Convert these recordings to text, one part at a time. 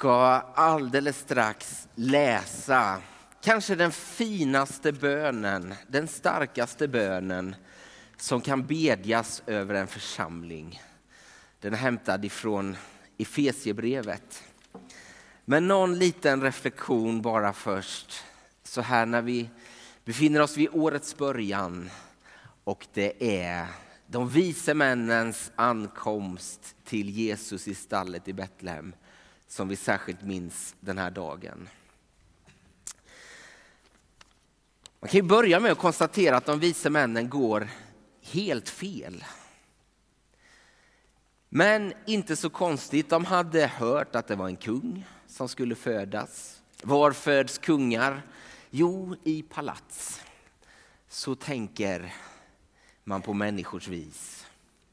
ska alldeles strax läsa kanske den finaste bönen, den starkaste bönen som kan bedjas över en församling. Den är hämtad ifrån Efesiebrevet. Men någon liten reflektion bara först. Så här när vi befinner oss vid årets början och det är de vise männens ankomst till Jesus i stallet i Betlehem som vi särskilt minns den här dagen. Man kan ju börja med att konstatera att de vise männen går helt fel. Men inte så konstigt, de hade hört att det var en kung som skulle födas. Var föds kungar? Jo, i palats. Så tänker man på människors vis.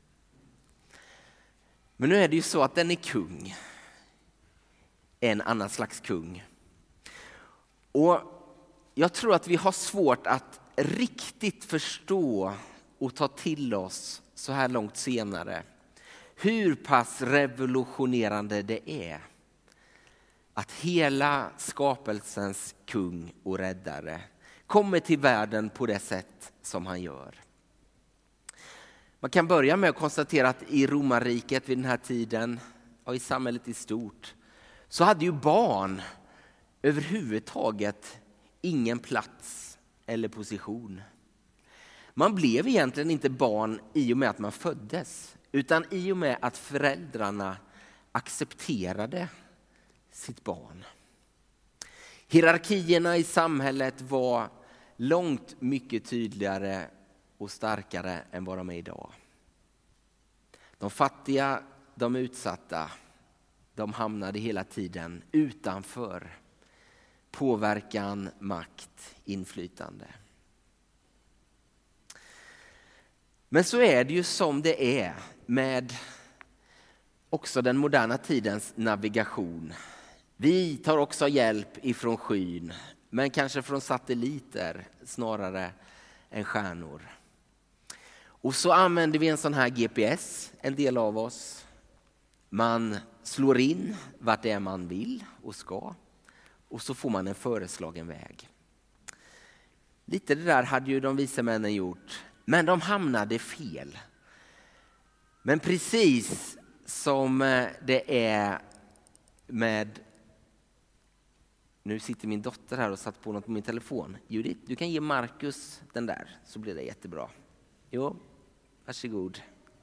Men nu är det ju så att den är kung. En annan slags kung. Och jag tror att vi har svårt att riktigt förstå och ta till oss så här långt senare hur pass revolutionerande det är att hela skapelsens kung och räddare kommer till världen på det sätt som han gör. Man kan börja med att konstatera att i romarriket vid den här tiden och i samhället i stort så hade ju barn överhuvudtaget ingen plats eller position. Man blev egentligen inte barn i och med att man föddes, utan i och med att föräldrarna accepterade sitt barn. Hierarkierna i samhället var långt mycket tydligare och starkare än vad de är idag. De fattiga, de utsatta, de hamnade hela tiden utanför påverkan, makt, inflytande. Men så är det ju som det är med också den moderna tidens navigation. Vi tar också hjälp ifrån skyn, men kanske från satelliter snarare än stjärnor. Och så använder vi en sån här GPS, en del av oss. Man slår in vart det är man vill och ska. Och så får man en föreslagen väg. Lite det där hade ju de vise männen gjort. Men de hamnade fel. Men precis som det är med... Nu sitter min dotter här och satt på något på min telefon. Judith, du kan ge Marcus den där så blir det jättebra. Jo, varsågod.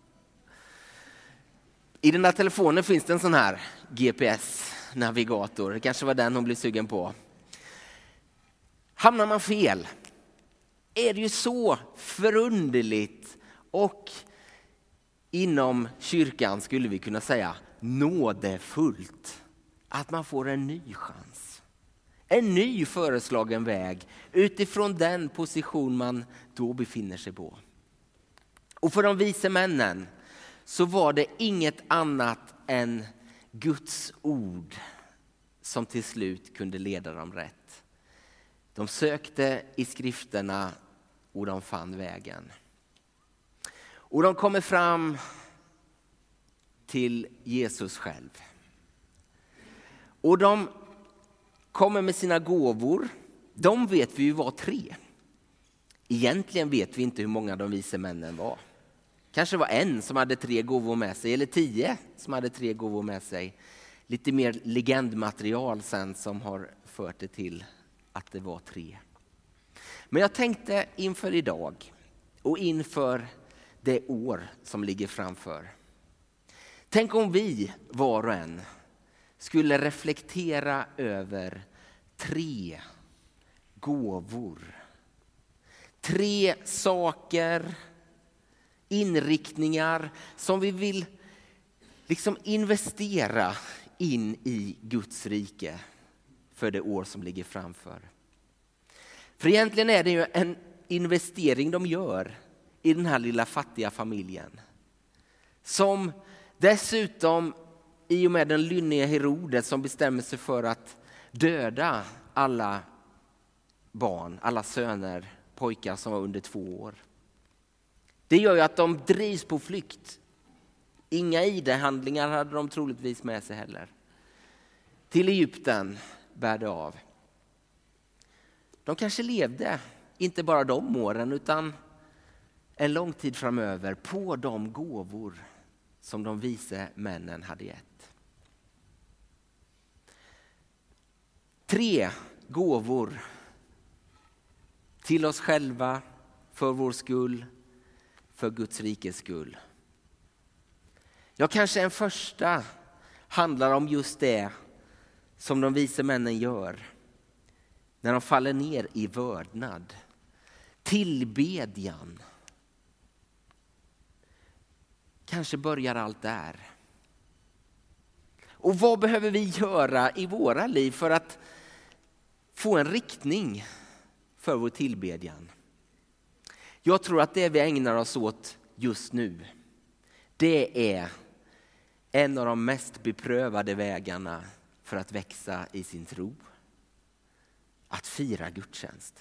I den där telefonen finns det en sån här GPS-navigator. Det kanske var den hon blev sugen på. Hamnar man fel är det ju så förunderligt och inom kyrkan skulle vi kunna säga nådefullt att man får en ny chans. En ny föreslagen väg utifrån den position man då befinner sig på. Och för de vise männen så var det inget annat än Guds ord som till slut kunde leda dem rätt. De sökte i skrifterna och de fann vägen. Och de kommer fram till Jesus själv. Och de kommer med sina gåvor. De vet vi ju var 3. Egentligen vet vi inte hur många de vise männen var. Kanske var en som hade 3 gåvor med sig eller 10 som hade 3 gåvor med sig. Lite mer legendmaterial sen som har fört det till att det var 3. Men jag tänkte inför idag och inför det år som ligger framför. Tänk om vi var och en skulle reflektera över 3 gåvor. 3 saker, inriktningar som vi vill liksom investera in i Guds rike för det år som ligger framför. För egentligen är det ju en investering de gör i den här lilla fattiga familjen. Som dessutom i och med den lynniga Herodes som bestämmer sig för att döda alla barn, alla söner, pojkar som var under 2 år. Det gör ju att de drivs på flykt. Inga ID-handlingar hade de troligtvis med sig heller. till Egypten bär det av. De kanske levde, inte bara de åren utan en lång tid framöver, på de gåvor som de vise männen hade gett. 3 gåvor till oss själva, för vår skull, för Guds rikes skull. Ja, kanske en första handlar om just det som de vise männen gör när de faller ner i vördnad. Tillbedjan. Kanske börjar allt där. Och vad behöver vi göra i våra liv för att få en riktning för vår tillbedjan? Jag tror att det vi ägnar oss åt just nu, det är en av de mest beprövade vägarna för att växa i sin tro. Att fira gudstjänst.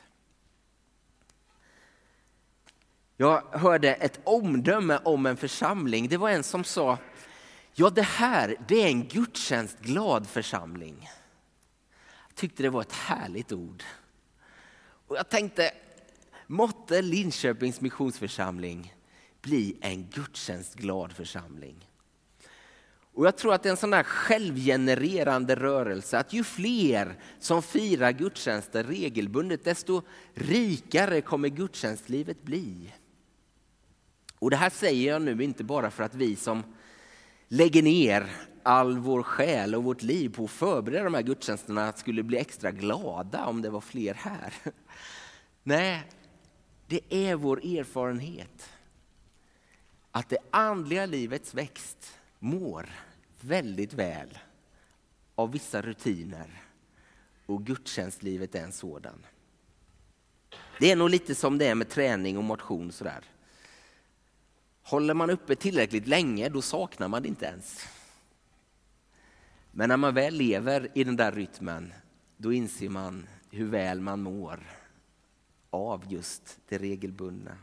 Jag hörde ett omdöme om en församling. Det var en som sa, ja det är en gudstjänstglad församling. Jag tyckte det var ett härligt ord. Och jag tänkte, måtte Linköpings missionsförsamling bli en gudstjänstglad församling. Och jag tror att det är en sån där självgenererande rörelse, att ju fler som firar gudstjänster regelbundet, desto rikare kommer gudstjänstlivet bli. Och det här säger jag nu inte bara för att vi som lägger ner all vår själ och vårt liv på att förbereda de här gudstjänsterna skulle bli extra glada om det var fler här. Nej, det är vår erfarenhet att det andliga livets växt mår väldigt väl av vissa rutiner, och gudstjänstlivet är en sådan. Det är nog lite som det är med träning och motion sådär. Håller man uppe tillräckligt länge, då saknar man det inte ens. Men när man väl lever i den där rytmen, då inser man hur väl man mår av just det regelbundna.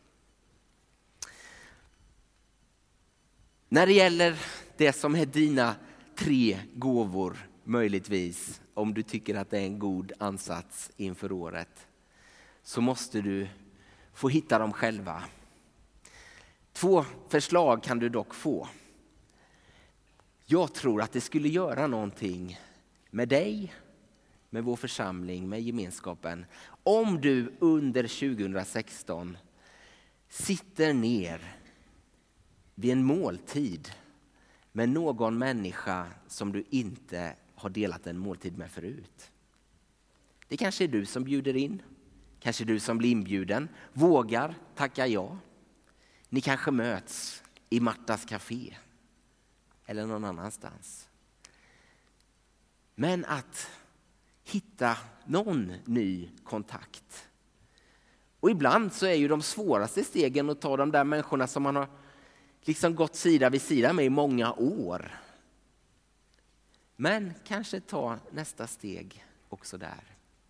När det gäller det som är dina 3 gåvor, möjligtvis, om du tycker att det är en god ansats inför året, så måste du få hitta dem själva. 2 förslag kan du dock få. Jag tror att det skulle göra någonting med dig, med vår församling, med gemenskapen, om du under 2016 sitter ner vid en måltid med någon människa som du inte har delat en måltid med förut. Det kanske är du som bjuder in, kanske du som blir inbjuden, vågar tacka ja. Ni kanske möts i Martas café eller någon annanstans. Men att hitta någon ny kontakt. Och ibland så är ju de svåraste stegen att ta de där människorna som man har liksom gått sida vid sida med i många år. Men kanske ta nästa steg också där.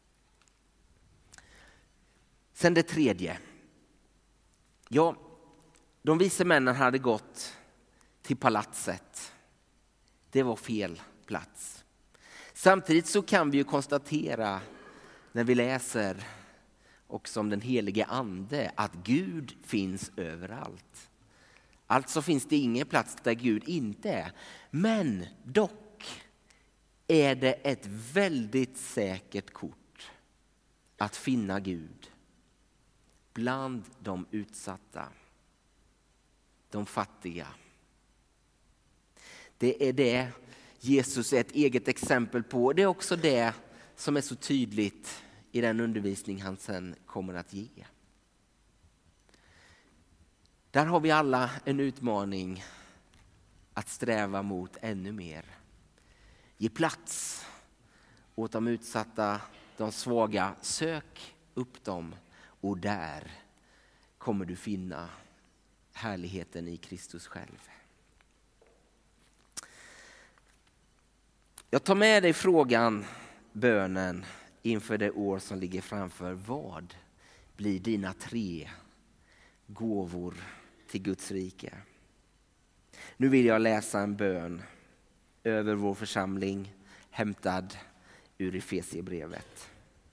Sen det 3. Ja, de vise männen hade gått till palatset. Det var fel plats. Samtidigt så kan vi ju konstatera när vi läser också om den helige ande att Gud finns överallt. Alltså finns det ingen plats där Gud inte är. Men dock är det ett väldigt säkert kort att finna Gud bland de utsatta, de fattiga. Det är det Jesus är ett eget exempel på. Det är också det som är så tydligt i den undervisning han sen kommer att ge. Där har vi alla en utmaning att sträva mot ännu mer. Ge plats åt de utsatta, de svaga. Sök upp dem och där kommer du finna härligheten i Kristus själv. Jag tar med dig frågan, bönen inför det år som ligger framför. Vad blir dina 3 gåvor till Guds rike? Nu vill jag läsa en bön över vår församling hämtad ur Efesierbrevet.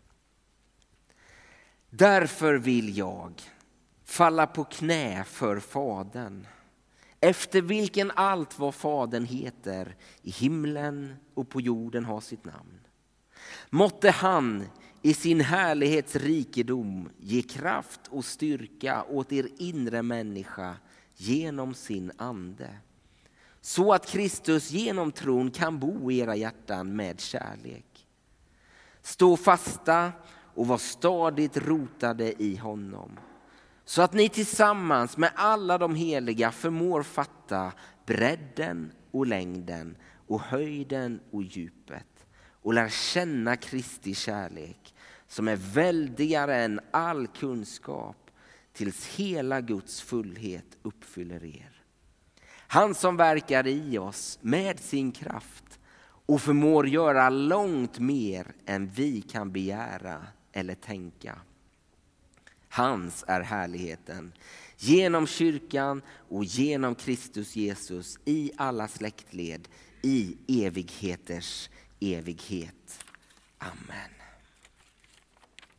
Därför vill jag falla på knä för Fadern, efter vilken allt vad Fadern heter i himlen och på jorden har sitt namn. Måtte han i sin härlighets rikedom ge kraft och styrka åt er inre människa genom sin ande, så att Kristus genom tron kan bo i era hjärtan med kärlek. Stå fasta och var stadigt rotade i honom, så att ni tillsammans med alla de heliga förmår fatta bredden och längden och höjden och djupet, och lär känna Kristi kärlek som är väldigare än all kunskap, tills hela Guds fullhet uppfyller er. Han som verkar i oss med sin kraft och förmår göra långt mer än vi kan begära eller tänka. Hans är härligheten genom kyrkan och genom Kristus Jesus i alla släktled i evigheters evighet. Amen.